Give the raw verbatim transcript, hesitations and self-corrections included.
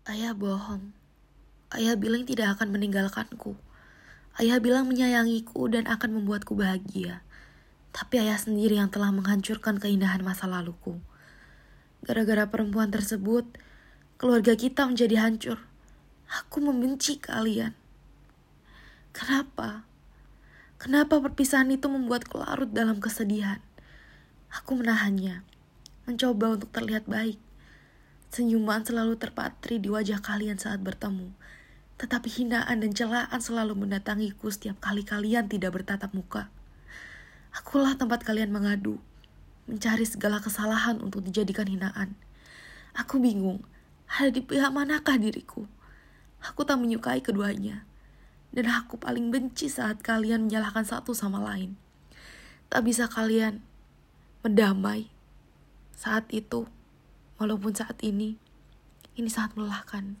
Ayah bohong. Ayah bilang tidak akan meninggalkanku. Ayah bilang menyayangiku dan akan membuatku bahagia. Tapi ayah sendiri yang telah menghancurkan keindahan masa laluku. Gara-gara perempuan tersebut, keluarga kita menjadi hancur. Aku membenci kalian. Kenapa? Kenapa perpisahan itu membuatku larut dalam kesedihan? Aku menahannya, mencoba untuk terlihat baik. Senyuman selalu terpatri di wajah kalian saat bertemu. Tetapi hinaan dan celaan selalu mendatangiku setiap kali kalian tidak bertatap muka. Akulah tempat kalian mengadu, mencari segala kesalahan untuk dijadikan hinaan. Aku bingung, ada di pihak manakah diriku? Aku tak menyukai keduanya. Dan aku paling benci saat kalian menyalahkan satu sama lain. Tak bisa kalian berdamai saat itu, walaupun saat ini, ini sangat melelahkan.